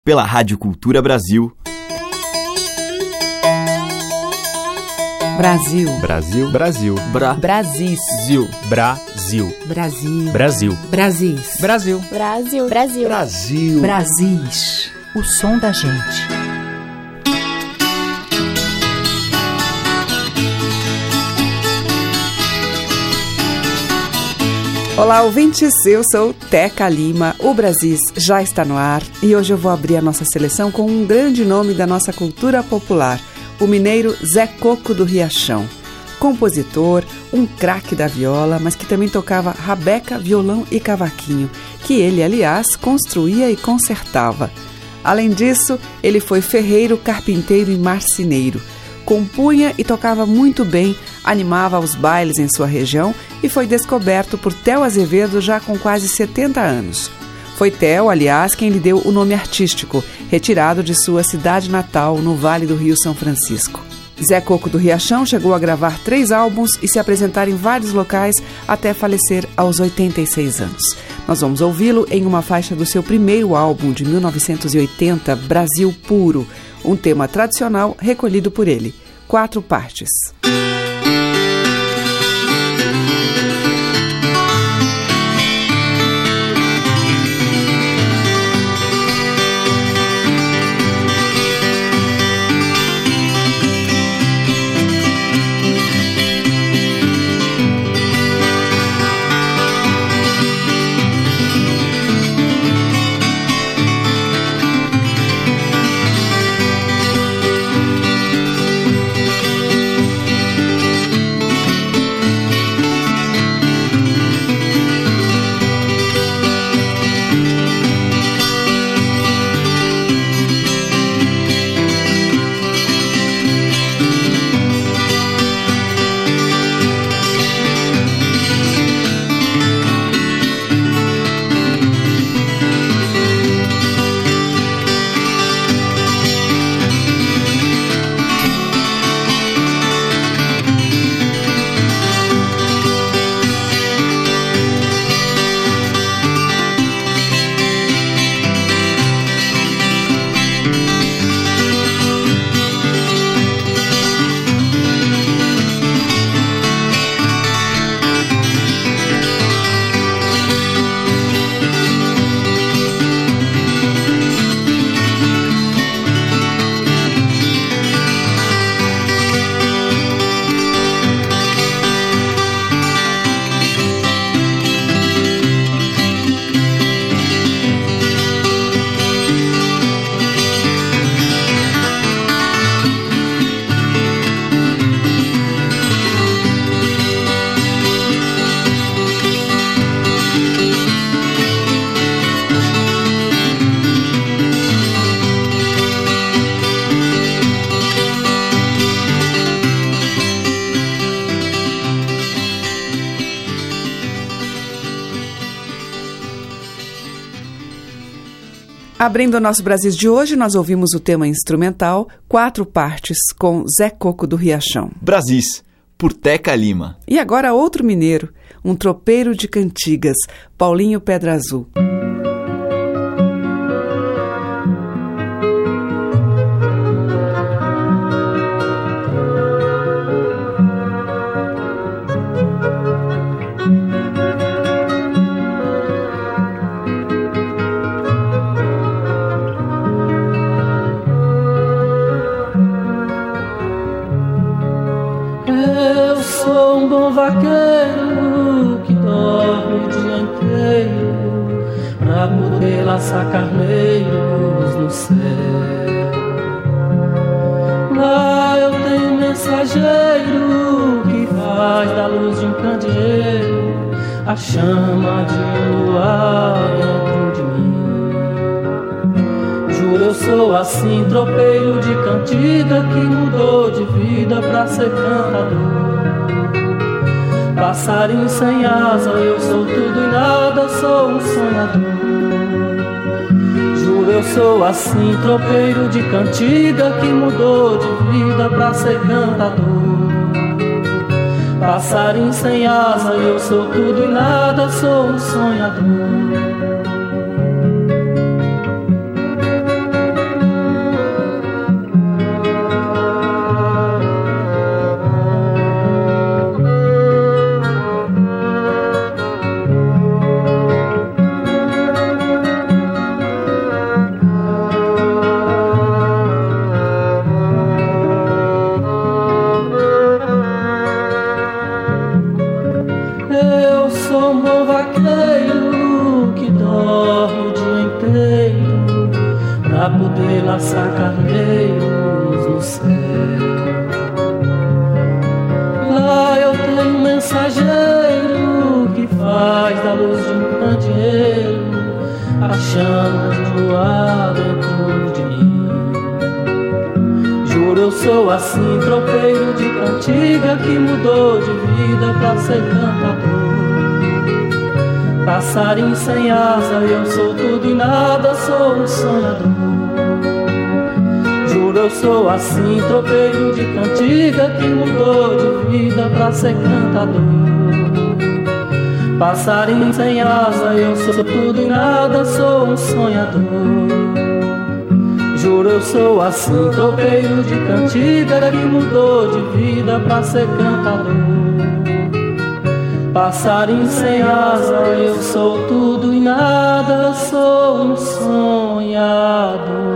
pela Rádio Cultura Brasil. Brasil. Brasil. Brasil. Brasis. Brasil. Brasil. Brasil. Brasis. Brasil. Brasil. Brasil. Brasil. Brasis. O som da gente. Olá, ouvintes, eu sou Teca Lima, o Brasis já está no ar e hoje eu vou abrir a nossa seleção com um grande nome da nossa cultura popular, o mineiro Zé Coco do Riachão. Compositor, um craque da viola, mas que também tocava rabeca, violão e cavaquinho, que ele, aliás, construía e consertava. Além disso, ele foi ferreiro, carpinteiro e marceneiro. Compunha e tocava muito bem, animava os bailes em sua região e foi descoberto por Theo Azevedo já com quase 70 anos. Foi Theo, aliás, quem lhe deu o nome artístico, retirado de sua cidade natal, no Vale do Rio São Francisco. Zé Coco do Riachão chegou a gravar 3 álbuns e se apresentar em vários locais até falecer aos 86 anos. Nós vamos ouvi-lo em uma faixa do seu primeiro álbum de 1980, Brasil Puro, um tema tradicional recolhido por ele. 4 partes. Abrindo o nosso Brasil de hoje, nós ouvimos o tema instrumental 4 partes com Zé Coco do Riachão. Brasis, por Teca Lima. E agora outro mineiro, um tropeiro de cantigas, Paulinho Pedra Azul. Vaqueiro que dorme o dia inteiro pra poder laçar carneiros no céu. Lá eu tenho um mensageiro que faz da luz de um candeeiro a chama de um luar dentro de mim. Juro, eu sou assim, tropeiro de cantiga que mudou de vida pra ser cantador. Passarinho sem asa, eu sou tudo e nada, sou um sonhador. Juro, eu sou assim, tropeiro de cantiga que mudou de vida pra ser cantador. Passarinho sem asa, eu sou tudo e nada, sou um sonhador. pra poder laçar carneiros no céu. Lá eu tenho um mensageiro que faz da luz de um candeeiro a chama de luar dentro de mim. Juro, eu sou assim, tropeiro de cantiga que mudou de vida pra ser cantador. Passarinho sem asa, eu sou tudo e nada, sou um sonhador. Juro, eu sou assim, tropeiro de cantiga que mudou de vida pra ser cantador. Passarinho sem asa, eu sou tudo e nada, sou um sonhador. Juro, eu sou assim, tropeiro de cantiga que mudou de vida pra ser cantador. Passarinho sem asa, eu sou tudo e nada, sou um sonhador.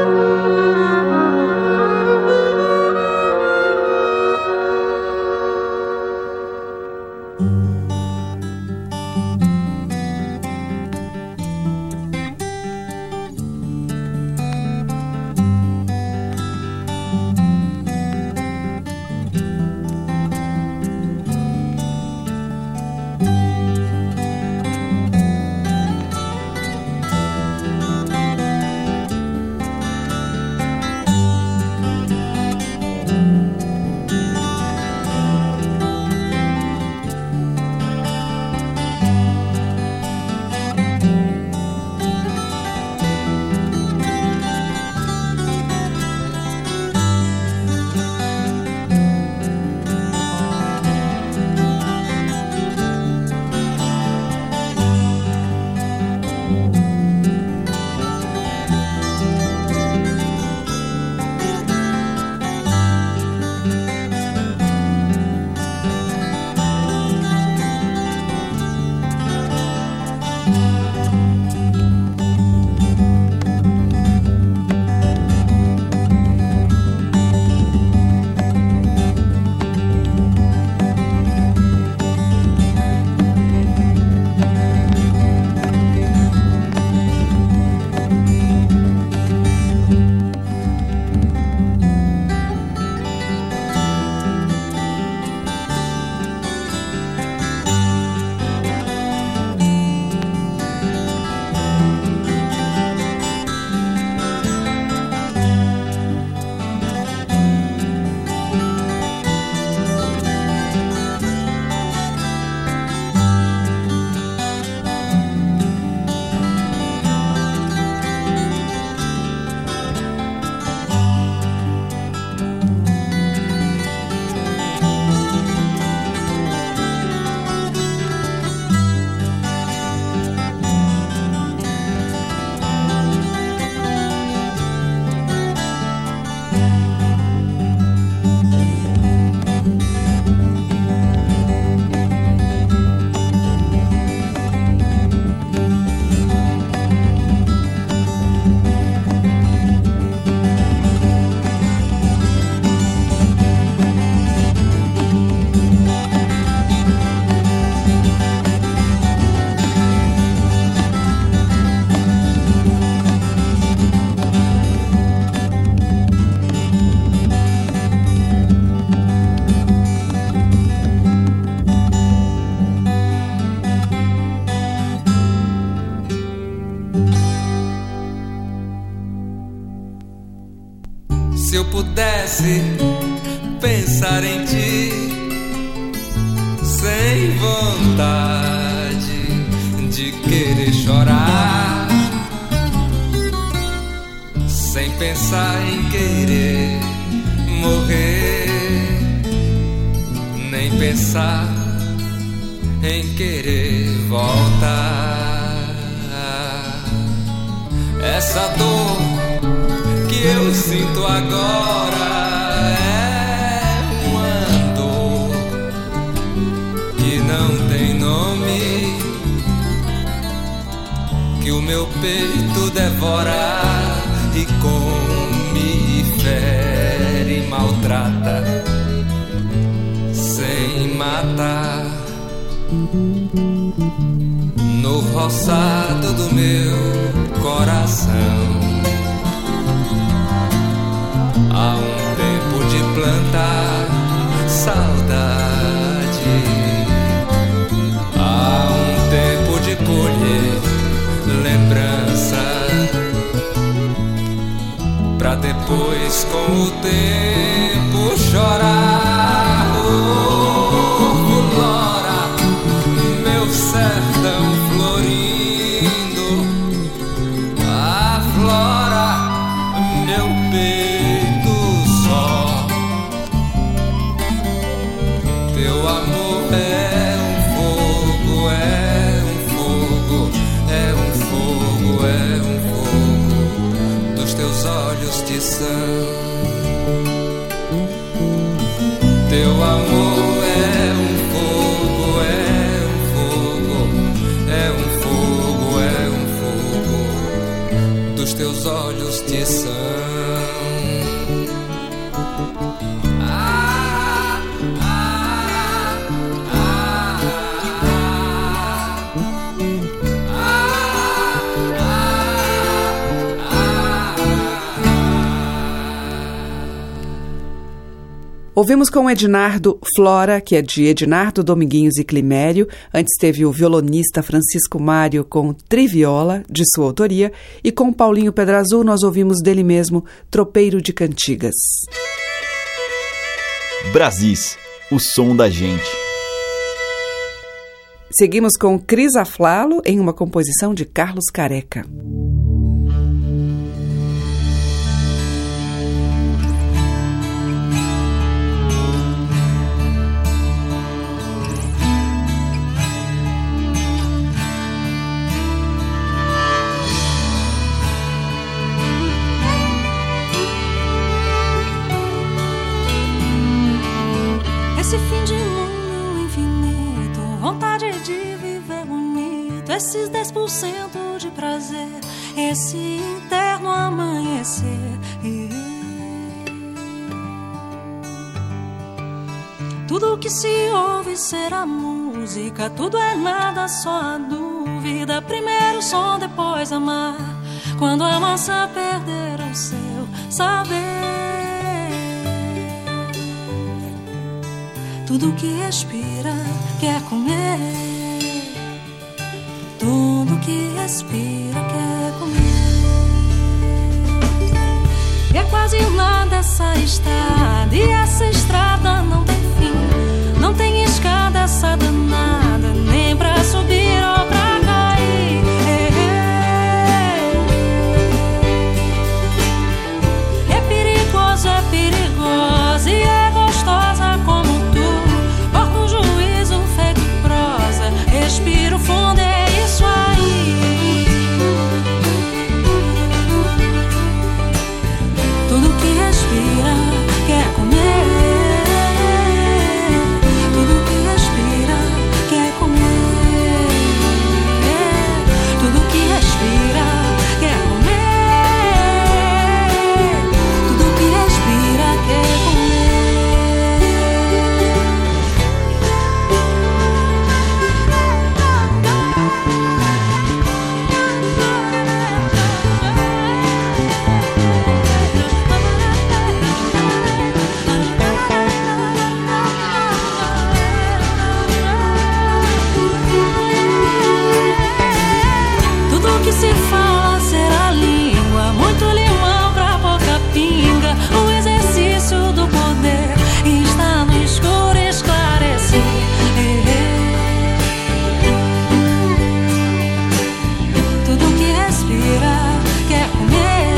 Se eu pudesse pensar em ti sem vontade de querer chorar, sem pensar em querer morrer, nem pensar em querer voltar. Essa dor que eu sinto agora é uma dor que não tem nome, que o meu peito devora e come, fere, maltrata, sem matar. No roçado do meu coração saudade. Há um tempo de colher lembrança, pra depois com o tempo chorar. Oh, flora, meu sertão florindo, aflora meu peito só. Teu amor é um fogo, é um fogo, é um fogo, é um fogo dos teus olhos de são. Teu amor é um fogo, é um fogo, é um fogo, é um fogo dos teus olhos de são. Ouvimos com Ednardo Flora, que é de Ednardo Dominguinhos e Climério. Antes teve o violonista Francisco Mário com Triviola, de sua autoria. E com Paulinho Pedrazul nós ouvimos dele mesmo Tropeiro de Cantigas. Brasis, o som da gente. Seguimos com Cris Aflalo em uma composição de Carlos Careca. Esse fim de mundo infinito, vontade de viver bonito, esses 10% de prazer, esse interno amanhecer. Tudo que se ouve será música, tudo é nada, só a dúvida. Primeiro som, depois amar, quando a massa perder o seu saber. Tudo que respira quer comer, tudo que respira quer comer. E é quase nada essa estrada, e essa estrada não tem fim. Não tem escada essa danada, nem pra subir ou pra cair. É perigoso, é perigosa, e é gostosa como respiro fundo, é isso aí. Tudo que respira quer comer, tudo que respira quer comer, tudo que respira quer comer, tudo que respira quer comer. Se fala será língua, muito limão pra boca pinga. O exercício do poder está no escuro esclarecer. Tudo que respira quer comer,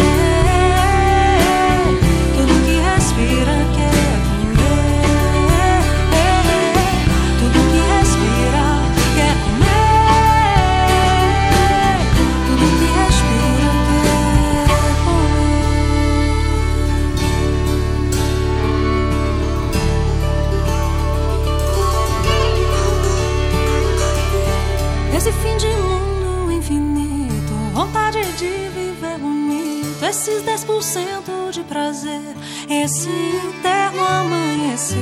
tudo que respira quer comer, tudo que respira quer comer. Esse fim de mundo infinito, vontade de viver bonito, esses 10% de prazer, esse interno amanhecer.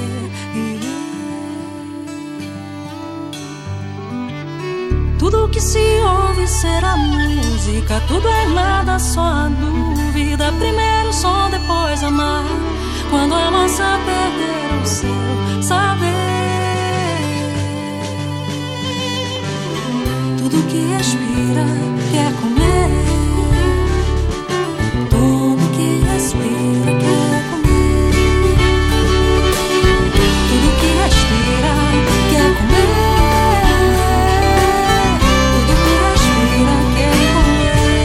Tudo que se ouve será música, tudo é nada, só a dúvida. Primeiro som, depois amar, quando a massa perder o seu respira quer comer. Tudo que respira quer comer. Tudo que respira quer comer. Tudo que respira quer comer.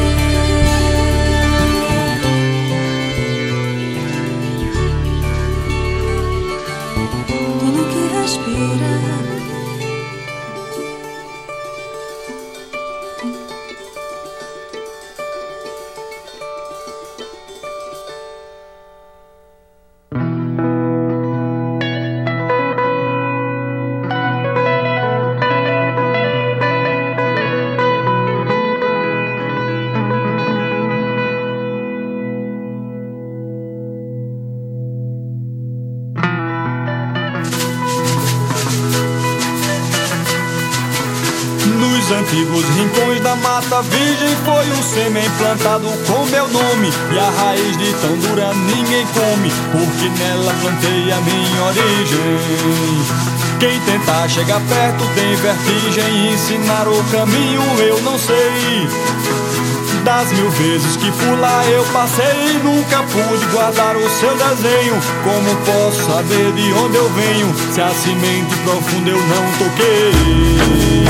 Tudo que respira. Nos antigos rincões da Mata Virgem foi um sêmen plantado com meu nome, e a raiz de tão dura ninguém come, porque nela plantei a minha origem. Quem tentar chegar perto tem vertigem, ensinar o caminho eu não sei. Das 1000 vezes que por lá eu passei, nunca pude guardar o seu desenho. Como posso saber de onde eu venho, se a semente profunda eu não toquei?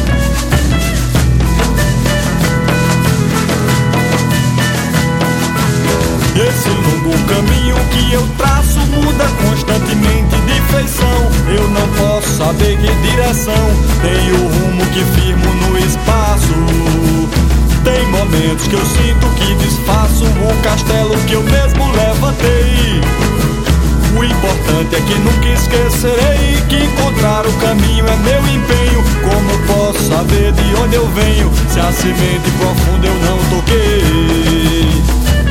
Esse longo caminho que eu traço muda constantemente de feição. Eu não posso saber que direção tem o rumo que firmo no espaço. Tem momentos que eu sinto que desfaço o castelo que eu mesmo levantei. O importante é que nunca esquecerei que encontrar o caminho é meu empenho. Como posso saber de onde eu venho, se a semente profunda eu não toquei?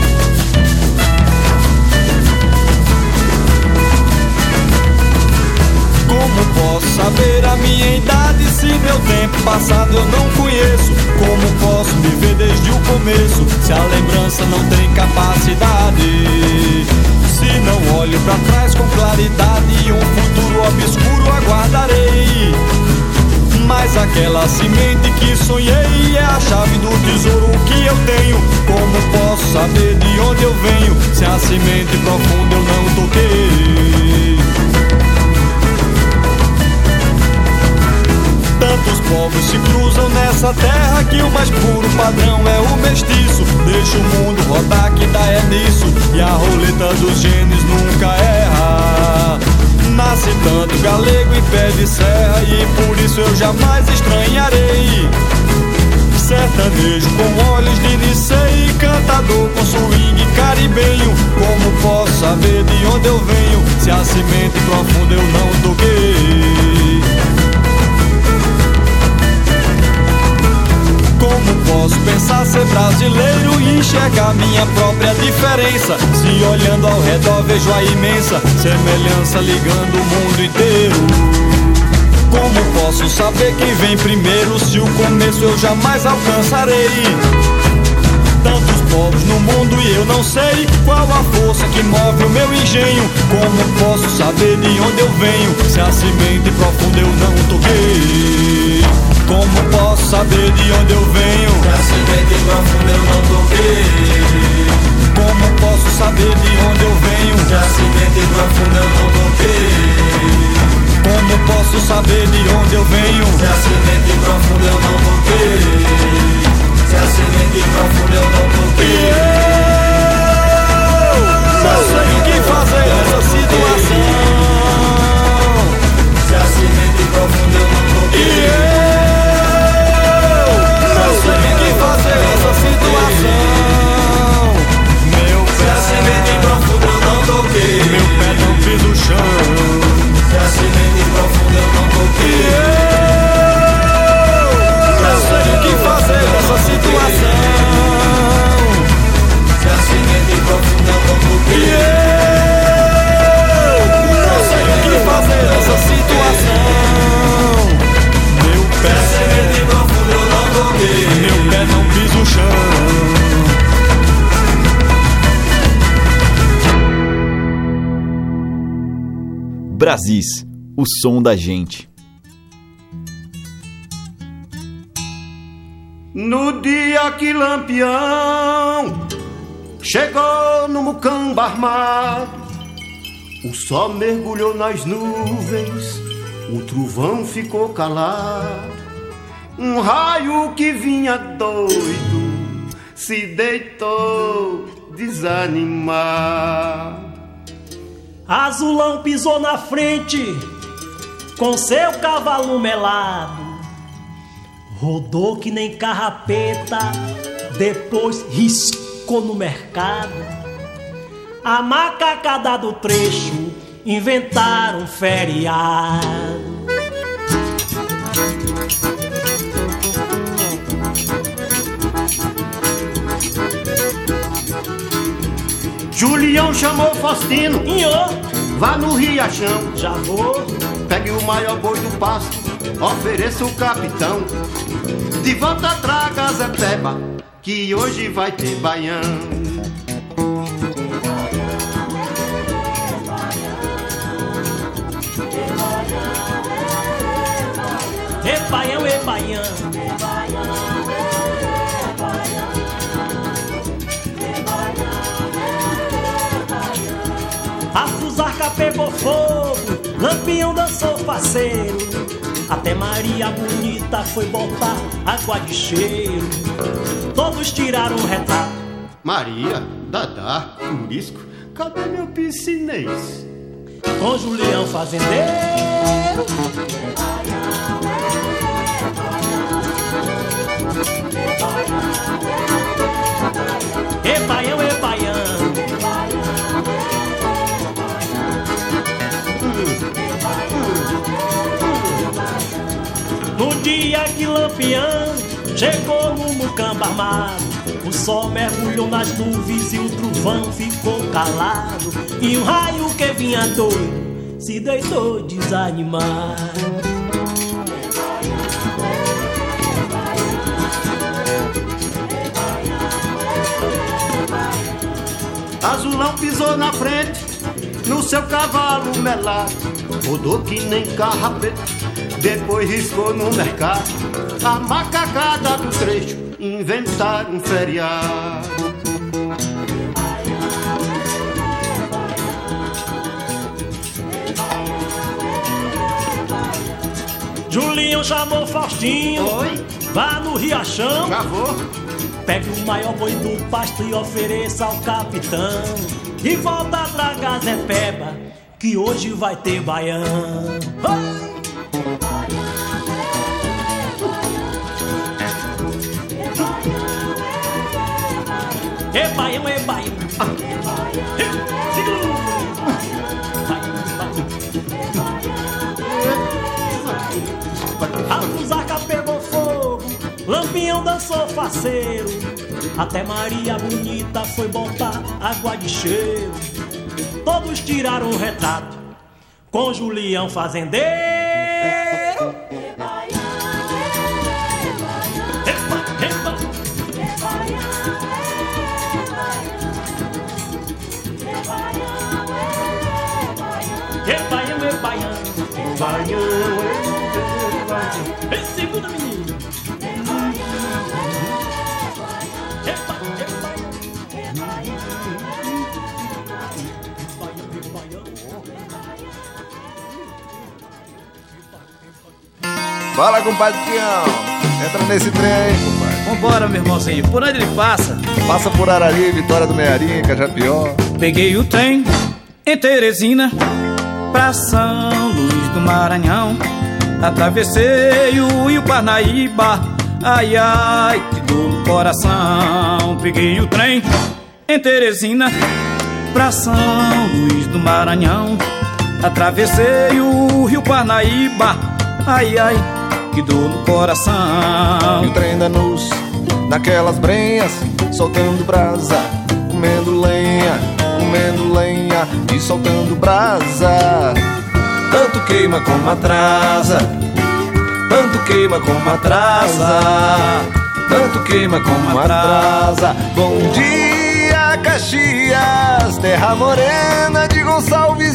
Como posso saber a minha idade se meu tempo passado eu não conheço? Como posso viver desde o começo se a lembrança não tem capacidade? Se não olho pra trás com claridade, um futuro obscuro aguardarei. Mas aquela semente que sonhei é a chave do tesouro que eu tenho. Como posso saber de onde eu venho se a semente profunda eu não toquei? Tantos povos se cruzam nessa terra que o mais puro padrão é o mestiço. Deixa o mundo rodar que dá é nisso, e a roleta dos genes nunca erra. Nasce tanto galego em pé de serra, e por isso eu jamais estranharei. Sertanejo com olhos de Nicei, cantador com swing caribenho. Como posso saber de onde eu venho se a semente profunda eu não toquei? Como posso pensar ser brasileiro e enxergar minha própria diferença, se olhando ao redor vejo a imensa semelhança ligando o mundo inteiro? Como posso saber quem vem primeiro se o começo eu jamais alcançarei? Tantos povos no mundo e eu não sei qual a força que move o meu engenho. Como posso saber de onde eu venho se a semente profunda eu não toquei? Como posso saber de onde eu venho se a semente profunda eu não toquei? Como posso saber de onde eu venho se a semente profunda eu não toquei? Como posso saber de onde eu venho se a semente profunda eu não toquei? Se a semente profunda eu não toquei. Eu sei o que fazer nessa situação. Se a semente profunda eu não toquei. Eu sei o que fazer nessa situação. Meu pé, se a semente profunda eu não toquei. Meu pé não pisa o chão. Se a semente profunda eu não toquei. Eu sei o que fazer nessa situação. Se a semente profunda eu não toquei. Eu sei o que fazer nessa situação. Meu pé, se a semente profunda eu não toquei. Meu pé não pisa o chão. Brasis, o som da gente. No dia que Lampião chegou no Mucamba armado, o sol mergulhou nas nuvens, o trovão ficou calado. Um raio que vinha doido se deitou desanimado. Azulão pisou na frente com seu cavalo melado, rodou que nem carrapeta, depois riscou no mercado. A macacada do trecho inventaram um feriado. Julião chamou Faustino, vá no Riachão, já vou. Pegue o maior boi do pasto, ofereça o capitão. De volta traga Zé Peba, que hoje vai ter baião. E baião, e baião. A fusarca pegou fogo, Lampião dançou faceiro, até Maria Bonita foi botar água de cheiro. Todos tiraram um retrato. Maria, Dadá, Curisco, cadê meu piscinês? Com Julião fazendeiro. E baião, e baião. No dia que Lampião chegou no Mucamba armado, o sol mergulhou nas nuvens e o trovão ficou calado. E um raio que vinha doido se deitou desanimado. Azulão pisou na frente no seu cavalo melado, rodou que nem carrapeta, depois riscou no mercado. A macacada do trecho inventaram um feriado. Julião chamou Faustinho, oi, vá no Riachão, já vou. Pegue o maior boi do pasto e ofereça ao capitão. E volta a tragar Zé Peba, que hoje vai ter baião. E baião, e baião. A fusaca pegou fogo, Lampião dançou faceiro, até Maria Bonita foi botar água de cheiro. Todos tiraram um retrato com Julião fazendeiro. Segunda, menino. Fala, compadre Tião. Entra nesse trem aí, compadre. Vambora, meu irmãozinho. Por onde ele passa? Passa por Arari, Vitória do Mearim, Cajapió. Peguei o trem em Teresina pra São Luís do Maranhão. Atravessei o Rio Parnaíba, ai, ai, que dor no coração. Peguei o trem em Teresina pra São Luís do Maranhão. Atravessei o Rio Parnaíba, ai, ai, que dor no coração. E o trem da Nus, naquelas brenhas, soltando brasa, comendo lenha e soltando brasa. Tanto queima como atrasa, tanto queima como atrasa, tanto queima como atrasa. Bom dia, Caxias, terra morena de Gonçalves Dias.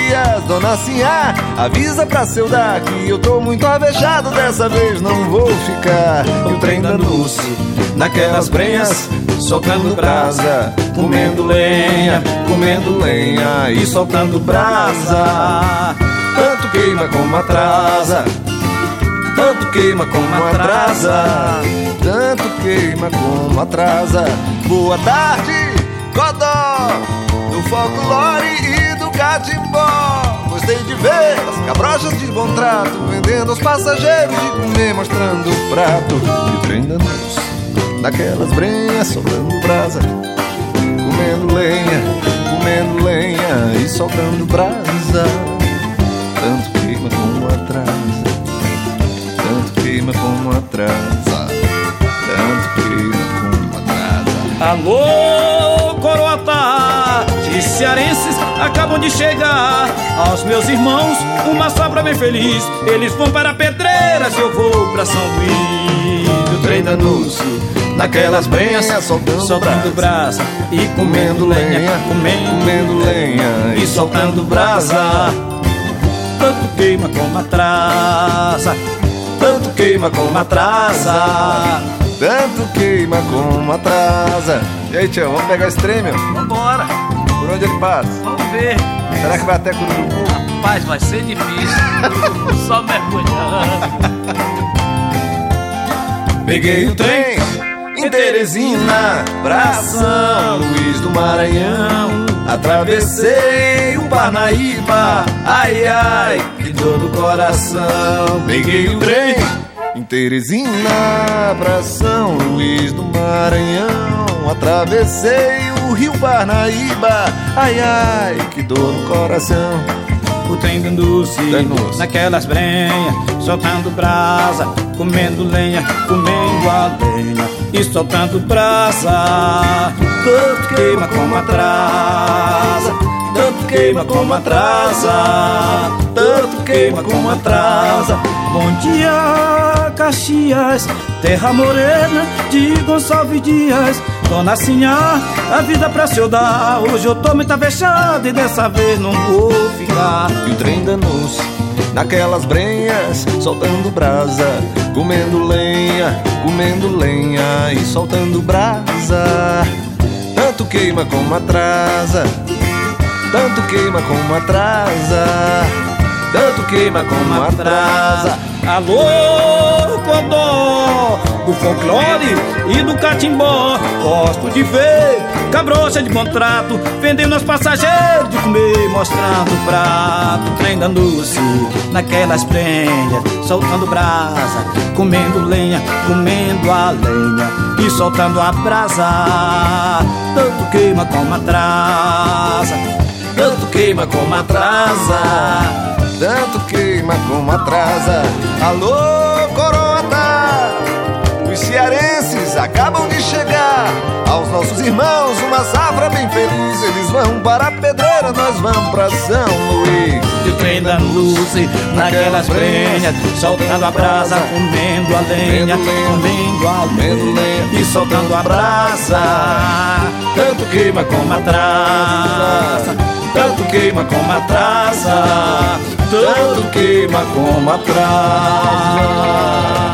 dias, dona Sinhá, avisa pra seu dar que eu tô muito avejado, dessa vez não vou ficar. E o trem danou-se naquelas brenhas, soltando brasa, comendo lenha e soltando brasa. Tanto queima como atrasa, tanto queima como atrasa, tanto queima como atrasa. Boa tarde, Godó, do folclore e do catimbó. Gostei de ver as cabrochas de bom trato, vendendo aos passageiros, de comer mostrando o prato. E o trem danou-se naquelas brenhas, soltando brasa, comendo lenha e soltando brasa. Tanto queima como atrasa, tanto queima como atrasa, tanto queima como atrasa. Alô, Coroatá, de cearenses acabam de chegar. Aos meus irmãos, uma safra bem feliz. Eles vão para Pedreiras e eu vou para São Luís. O trem danou-se naquelas brenhas, soltando brasa e comendo lenha e soltando brasa. Tanto queima como atrasa, tanto queima como atrasa, tanto queima como atrasa. E aí, tio, vamos pegar esse trem, meu? Vambora. Por onde ele passa? Vamos ver. Será que vai até Cururupu? Rapaz, vai ser difícil. Só mergulhando. Peguei o trem em Teresina pra São Luís do Maranhão. Atravessei o Parnaíba, ai ai, que dor no coração. Peguei o trem em Teresina pra São Luís do Maranhão. Atravessei o rio Parnaíba, ai ai, que dor no coração. O trem danou-se naquelas brenhas, soltando brasa, comendo lenha e soltando brasa. Tanto queima como atrasa, tanto queima como atrasa, tanto queima como atrasa. Bom dia, Caxias, terra morena de Gonçalves Dias. Dona Sinhá, a vida pra se eu dar. Hoje eu tô muito avexado e dessa vez não vou ficar. E o trem danou-se naquelas brenhas, soltando brasa, comendo lenha e soltando brasa. Tanto queima como atrasa, tanto queima como atrasa, tanto queima como atrasa. Alô, Godó, do folclore e do catimbó. Gosto de ver cabrocha de bom trato, vendendo aos passageiros, de comer mostrando o prato. O trem danou-se naquelas prenhas, soltando brasa, comendo lenha e soltando a brasa. Tanto queima como atrasa, tanto queima como atrasa, tanto queima como atrasa. Alô, Coroatá, os cearenses acabam de chegar. Aos nossos irmãos uma safra bem feliz. Eles vão para Pedreira, nós vamos para São Luís. E o trem danou-se naquelas brenhas, soltando a brasa, comendo a lenha e soltando a brasa. Tanto queima como atrasa, tanto queima como atrasa, tanto queima como atrasa.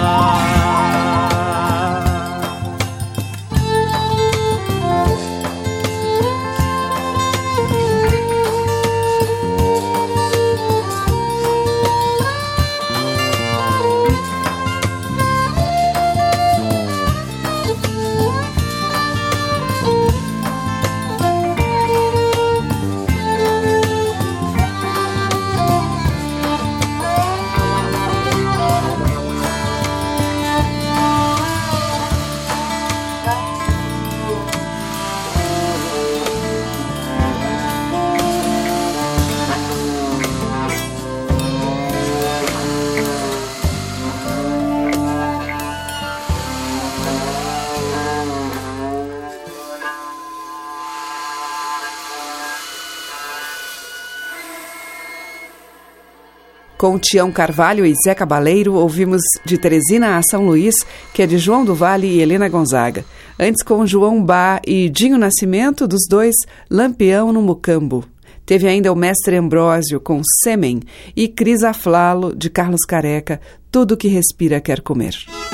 Com Tião Carvalho e Zé Cabaleiro, ouvimos De Teresina a São Luís, que é de João do Vale e Helena Gonzaga. Antes, com João Bá e Dinho Nascimento, dos dois, Lampião no Mucambo. Teve ainda o Mestre Ambrósio com Sêmen e Cris Aflalo, de Carlos Careca, Tudo que Respira Quer Comer.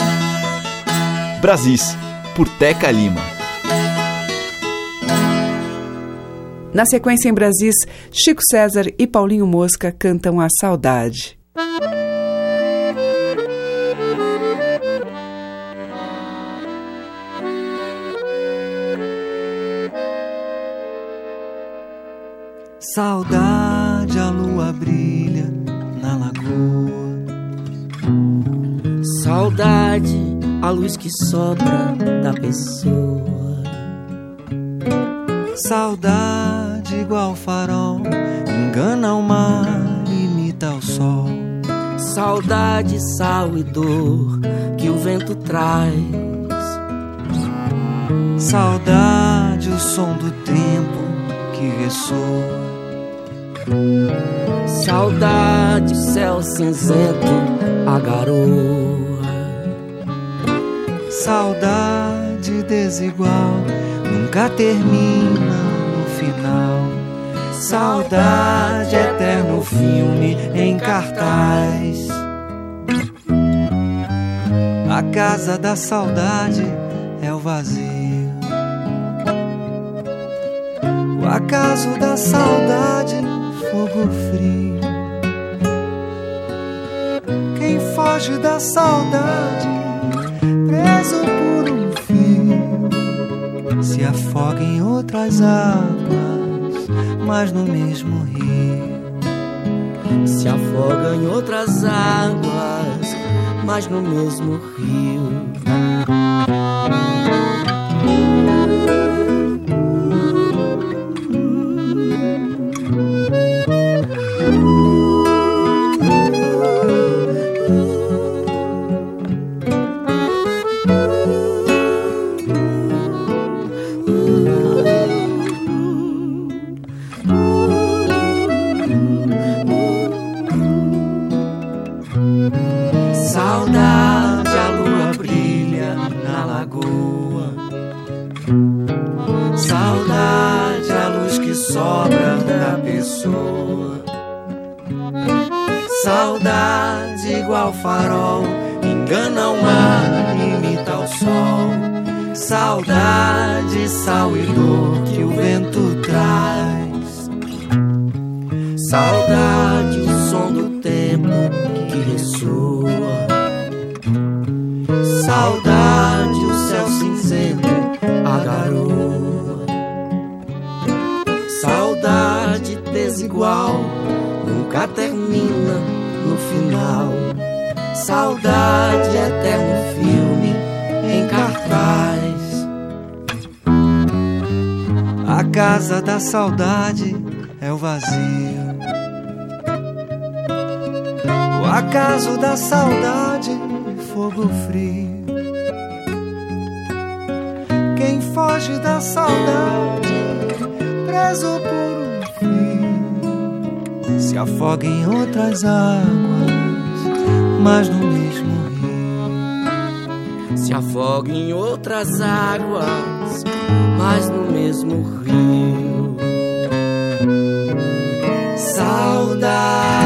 Brasis, por Teca Lima. Na sequência, em Brasis, Chico César e Paulinho Mosca cantam A Saudade. Saudade, a lua brilha na lagoa. Saudade, a luz que sopra da pessoa. Saudade, igual farol, engana o mar, imita o sol. Saudade, sal e dor que o vento traz. Saudade, o som do tempo que ressoa. Saudade, céu cinzento, a garoa. Saudade desigual, nunca termina no final. Saudade, eterno filme em cartaz. A casa da saudade é o vazio. O acaso da saudade, fogo frio. Quem foge da saudade, preso por um fio, se afoga em outras águas, mas no mesmo rio. Se afoga em outras águas, mas no mesmo rio. Saudade igual farol, engana o mar, imita o sol. Saudade, sal e dor que o vento traz. Saudade, o som do tempo que ressoa. Saudade, o céu cinzento, a garoa. Saudade desigual, nunca termina no final. Saudade, eterno filme em cartaz. A casa da saudade é o vazio. O acaso da saudade, fogo frio. Quem foge da saudade, preso por um fio, se afoga em outras águas, mas no mesmo rio. Se afoga em outras águas, mas no mesmo rio. Saudade.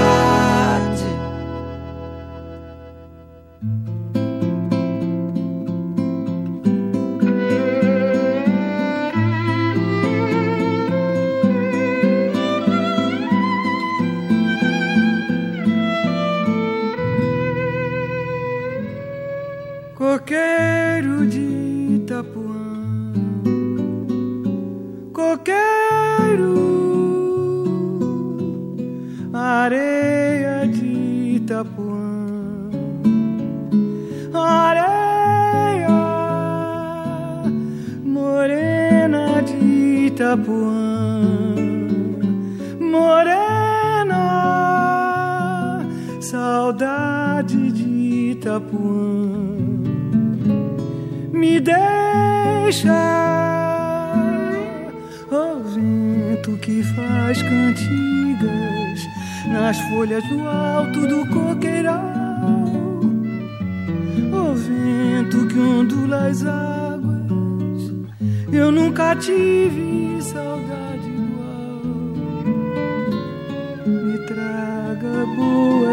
Coqueiro de Itapuã, coqueiro, areia de Itapuã, areia morena de Itapuã, morena, saudade de Itapuã. Me deixa, ó vento que faz cantigas nas folhas do alto do coqueiral, ó vento que ondula as águas. Eu nunca tive saudade igual.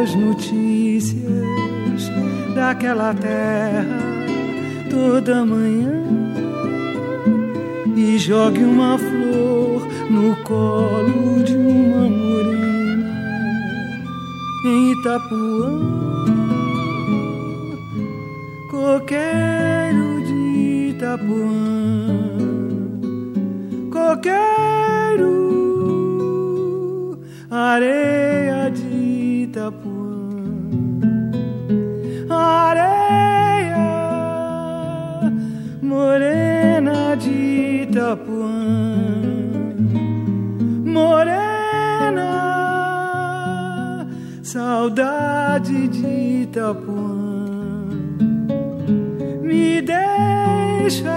boas notícias daquela terra toda manhã e jogue uma flor no colo de uma morena em Itapuã. Coqueiro de Itapuã, coqueiro, areia de Itapuã, areia morena de Itapuã, morena, saudade de Itapuã. Me deixa,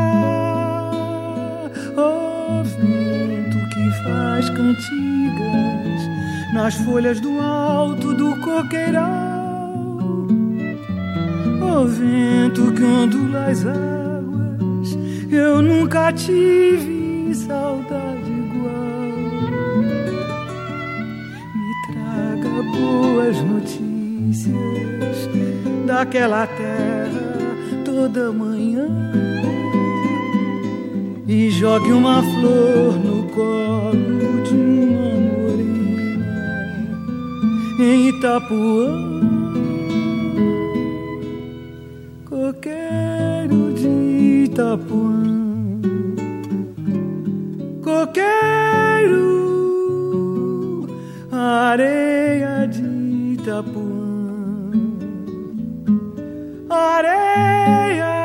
ó vento que faz cantigas nas folhas do alto do coqueiral, ó vento que ondula as águas, eu nunca tive saudade igual. Me traga boas notícias daquela terra toda manhã e jogue uma flor no colo de uma morena em Itapuã. Coqueiro de Itapuã, coqueiro, areia de Itapuã, areia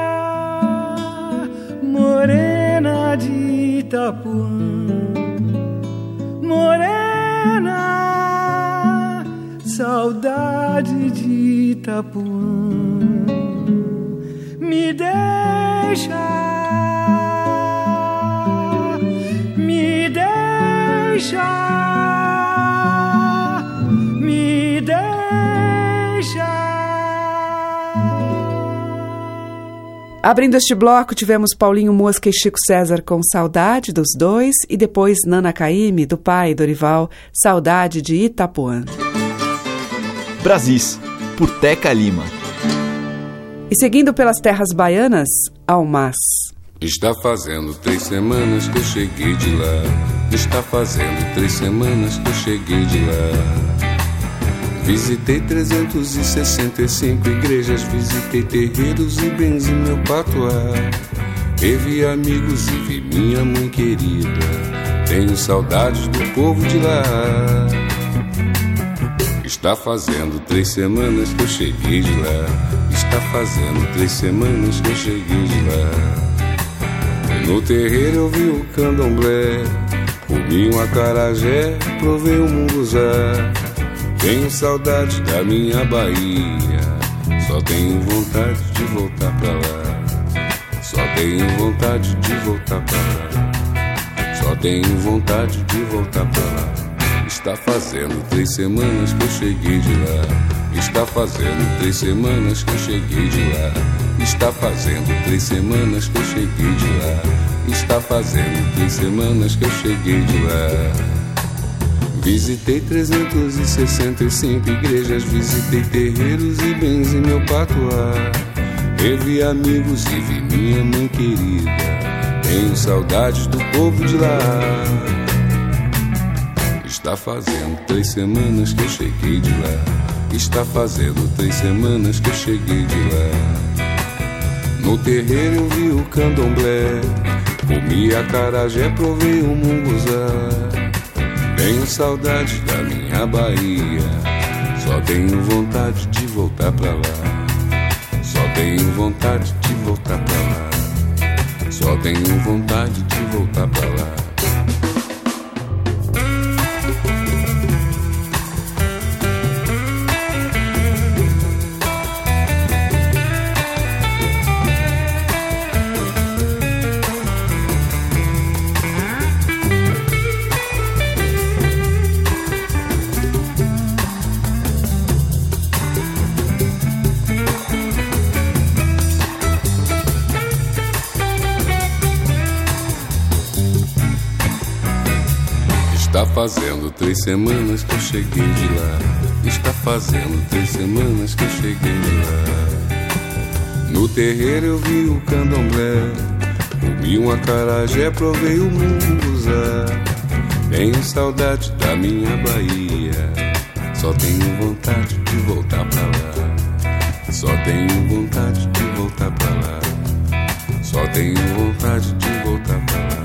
morena de Itapuã, morena, saudade de Itapuã. Me deixa, me deixa, me deixa. Abrindo este bloco, tivemos Paulinho Mosca e Chico César com Saudade dos Dois e depois Nana Caymmi, do pai Dorival, Saudade de Itapuã. Brasis, por Teca Lima. E seguindo pelas terras baianas, Almaz. Está fazendo 3 semanas que eu cheguei de lá. Está fazendo 3 semanas que eu cheguei de lá. Visitei 365 igrejas, visitei terreiros e benzi meu patuá. Revi amigos e vi minha mãe querida. Tenho saudades do povo de lá. Está fazendo 3 semanas que eu cheguei de lá. Está fazendo 3 semanas que eu cheguei de lá. No terreiro eu vi o candomblé, comi um acarajé, provei o munguzá. Tenho saudade da minha Bahia, só tenho vontade de voltar pra lá. Só tenho vontade de voltar pra lá. Só tenho vontade de voltar pra lá. Está fazendo 3 semanas que eu cheguei de lá. Está fazendo 3 semanas que eu cheguei de lá. Está fazendo 3 semanas que eu cheguei de lá. Está fazendo 3 semanas que eu cheguei de lá. Visitei 365 igrejas, visitei terreiros e benzi meu patuá. Revi amigos e vi minha mãe querida. Tenho saudades do povo de lá. Está fazendo 3 semanas que eu cheguei de lá. Está fazendo 3 semanas que eu cheguei de lá. No terreiro eu vi o candomblé, comi acarajé, provei o munguzá. Tenho saudade da minha Bahia, só tenho vontade de voltar pra lá. Só tenho vontade de voltar pra lá. Só tenho vontade de voltar pra lá. Está fazendo 3 semanas que eu cheguei de lá. Está fazendo 3 semanas que eu cheguei lá. No terreiro eu vi o candomblé, comi um acarajé, provei o munguzá. Tenho saudade da minha Bahia, só tenho vontade de voltar pra lá. Só tenho vontade de voltar pra lá. Só tenho vontade de voltar pra lá.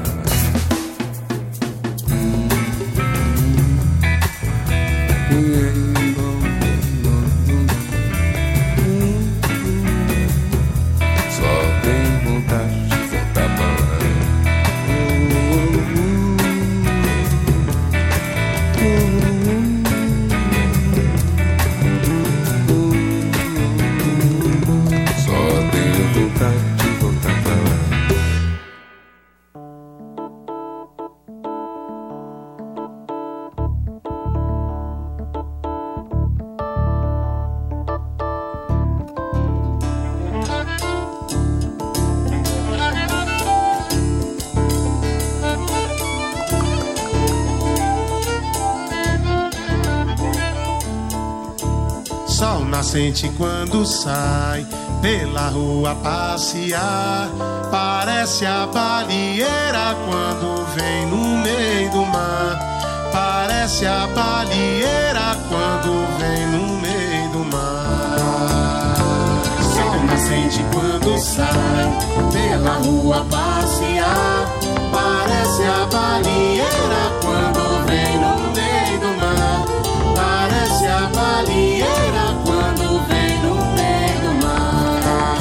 Sente quando sai pela rua passear, parece a baleeira quando vem no meio do mar. Parece a baleeira quando vem no meio do mar. Sol nascente quando sai pela rua passear, parece a baleeira quando vem no meio do mar. Parece a baleeira quando vem no meio do mar.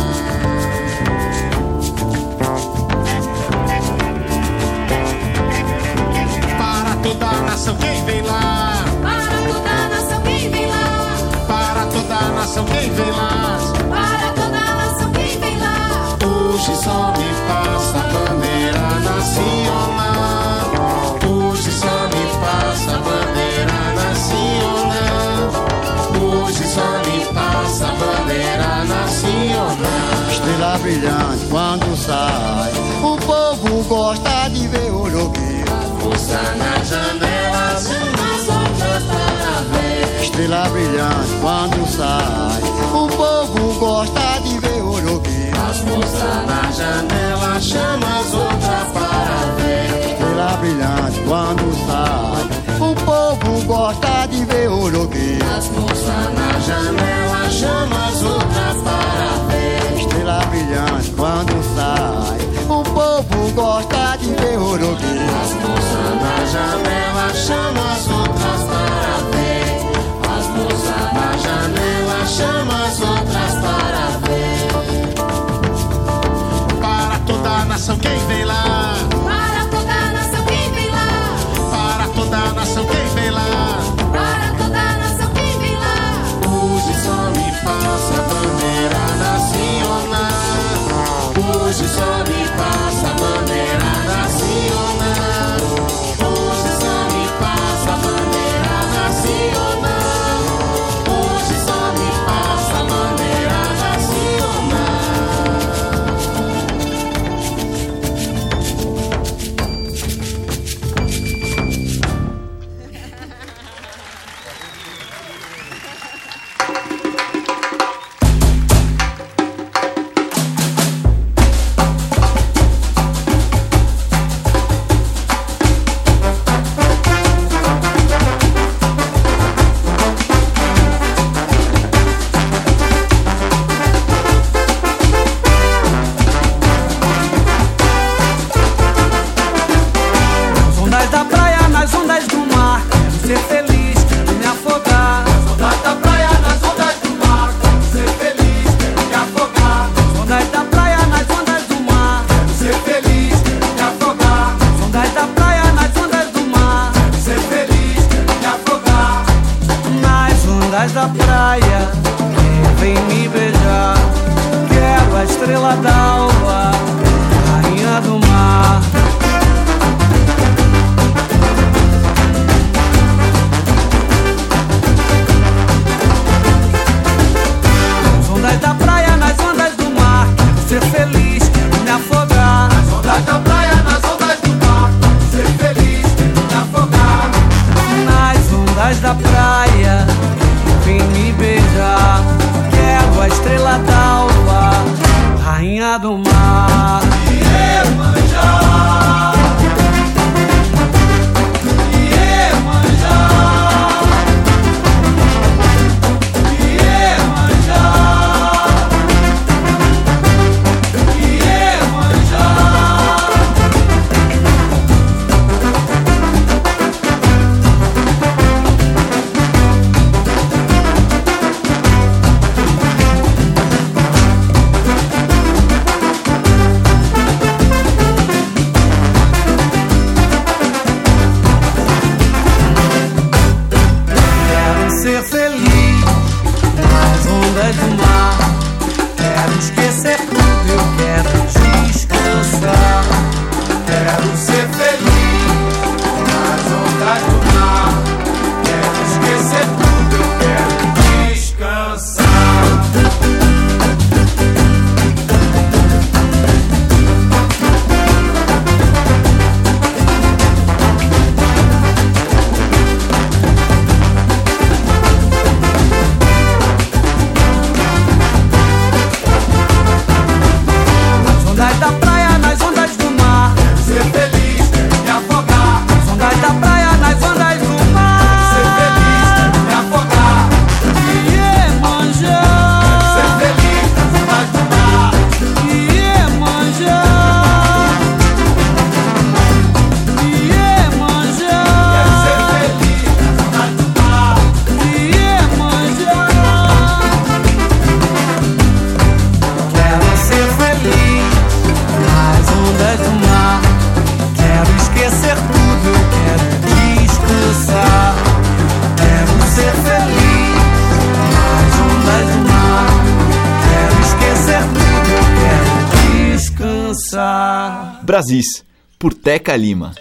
Para toda a nação quem vem lá. Para toda a nação quem vem lá. Para toda a nação quem vem lá. Para toda a nação quem vem lá. Hoje só me passa a bandeira nacional. Hoje só me passa a bandeira nacional. Hoje só me passa a bandeira nacional. Estrela brilhante quando sai, o povo gosta de ver o joguinho. Força na janela, umas outras para ver. Estrela brilhante quando sai, o povo gosta de ver o joguinho. As moças na janela chama as outras para ver. Estrela brilhante quando sai, o povo gosta de ver o joguinho. As moças na janela chama as outras para ver. Estrela brilhante quando sai, o povo gosta de ver o joguinho. As moças na janela chama as outras para ver. As moças na janela chama as outras para ver. Para toda a nação quem vem lá. Para toda a nação quem vem lá. Para toda a nação quem vem lá. Para toda a nação quem vem lá. Hoje só me passa a bandeira nacional. Hoje só me passa a bandeira nacional. Hoje só me passa a bandeira nacional. Hoje só me passa a bandeira ondas da praia, vem me beijar. Quero a estrela d'alva, rainha do mar. Nas ondas da praia, nas ondas do mar, ser feliz, me afogar. Nas ondas da praia, nas ondas do mar, ser feliz, me afogar. Nas ondas da praia, Brasis, por Teca Lima.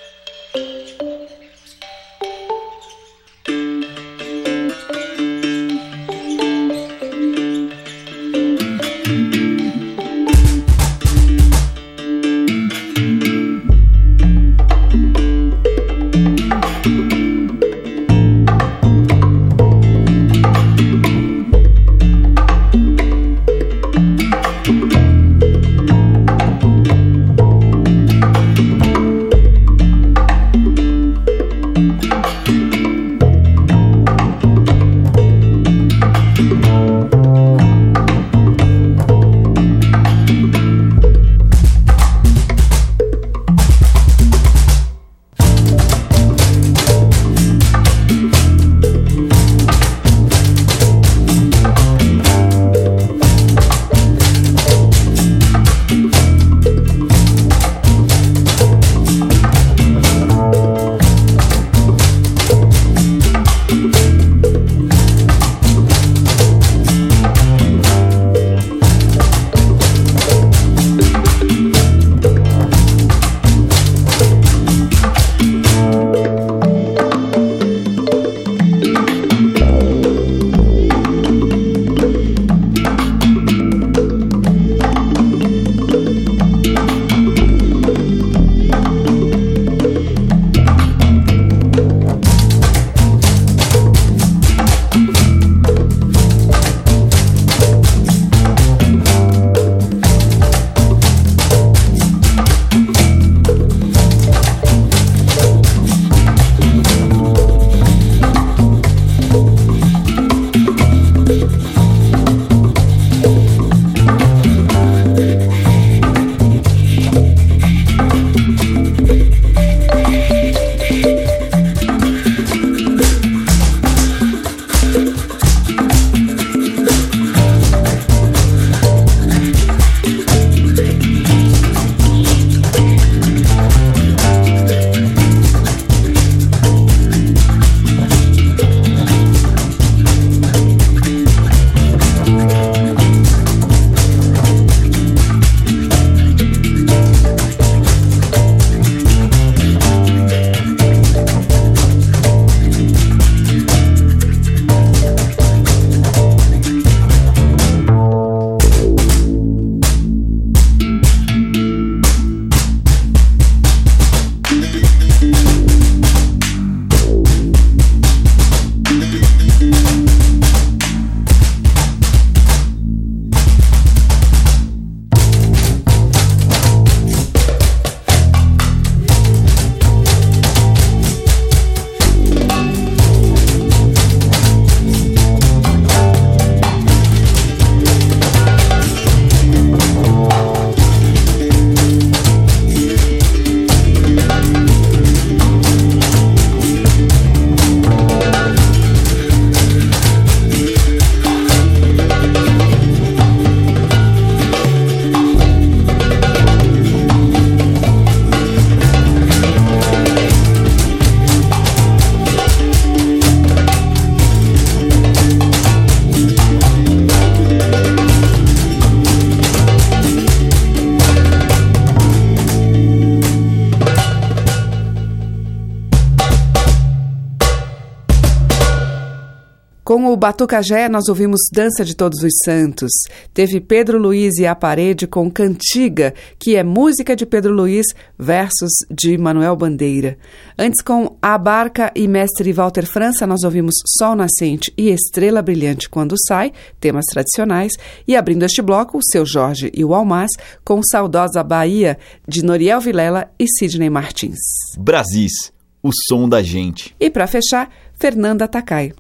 Com o Batucajé, nós ouvimos Dança de Todos os Santos. Teve Pedro Luiz e a Parede com Cantiga, que é música de Pedro Luiz, versos de Manuel Bandeira. Antes, com A Barca e Mestre Walter França, nós ouvimos Sol Nascente e Estrela Brilhante Quando Sai, temas tradicionais. E abrindo este bloco, o Seu Jorge e o Almaz, com Saudosa Bahia, de Noriel Vilela e Sidney Martins. Brasis, o som da gente. E para fechar, Fernanda Takai.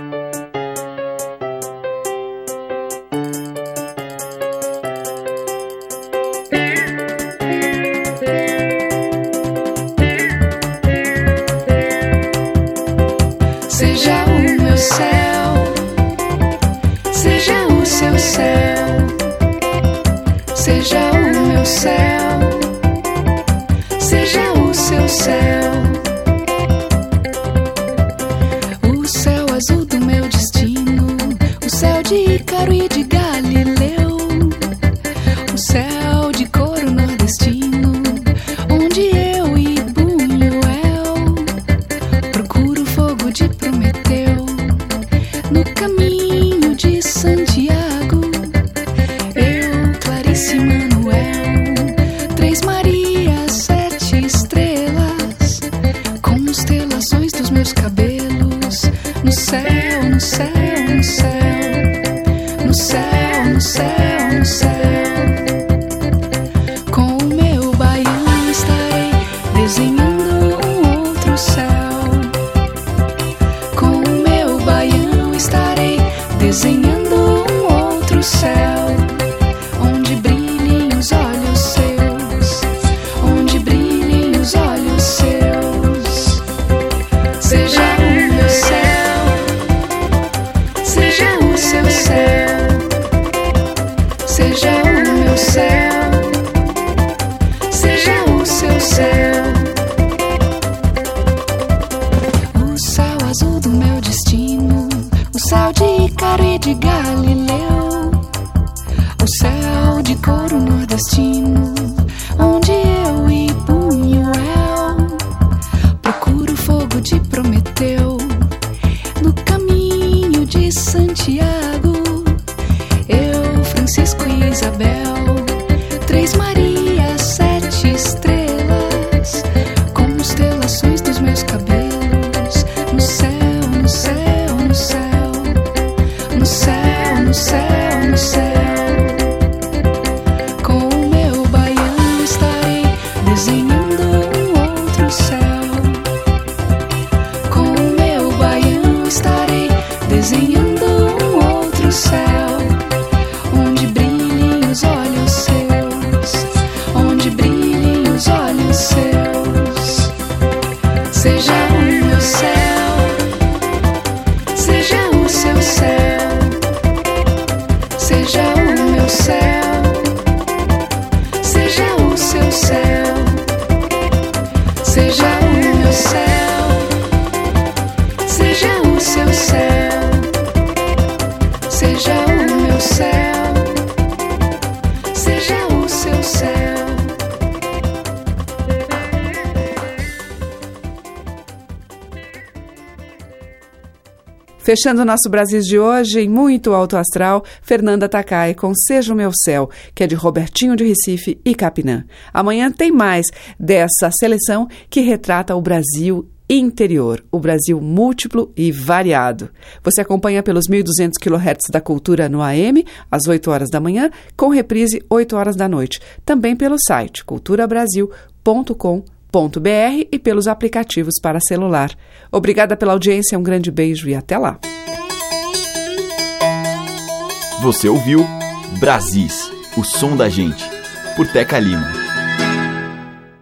Seja o meu céu, seja o seu céu, seja o meu céu, seja o seu céu, o céu azul do meu destino, o céu de Ícaro e de Galileu, o céu de couro nordestino, constelações dos meus cabelos, no céu, no céu, no céu, no céu, no céu, no céu. Com o meu baião estarei desenhando um outro céu. Com o meu baião estarei desenhando um outro céu, onde brilhem os olhos seus, onde brilhem os olhos seus. Seja o meu céu, seja o seu céu, seja o meu céu, seja o seu céu. O céu azul do meu destino, o céu de Ícaro e de Galileu, o céu de couro nordestino, onde eu e Buñuel procuro o fogo de Prometeu. No caminho de Santiago, eu, Francisco e Isabel, 3 Marias, 7 estrelas, constelações dos meus cabelos, no céu, no céu, no céu, no céu, no céu, no céu. Com o meu baião estarei desenhando um outro céu. Com o meu baião estarei desenhando um outro céu, onde brilhem os olhos seus, onde brilhem os olhos seus. Seja o meu céu, seja o seu céu, seja o meu céu, seja o seu céu, seja o meu céu, seja o seu céu, seja o meu céu, seja o seu céu. Fechando o nosso Brasis de hoje, em muito alto astral, Fernanda Takai com Seja o Meu Céu, que é de Robertinho de Recife e Capinã. Amanhã tem mais dessa seleção que retrata o Brasil interior, o Brasil múltiplo e variado. Você acompanha pelos 1.200 kHz da Cultura no AM, às 8 horas da manhã, com reprise 8 horas da noite. Também pelo site culturabrasil.com.br e pelos aplicativos para celular. Obrigada pela audiência, um grande beijo e até lá. Você ouviu Brasis, o som da gente, por Teca Lima.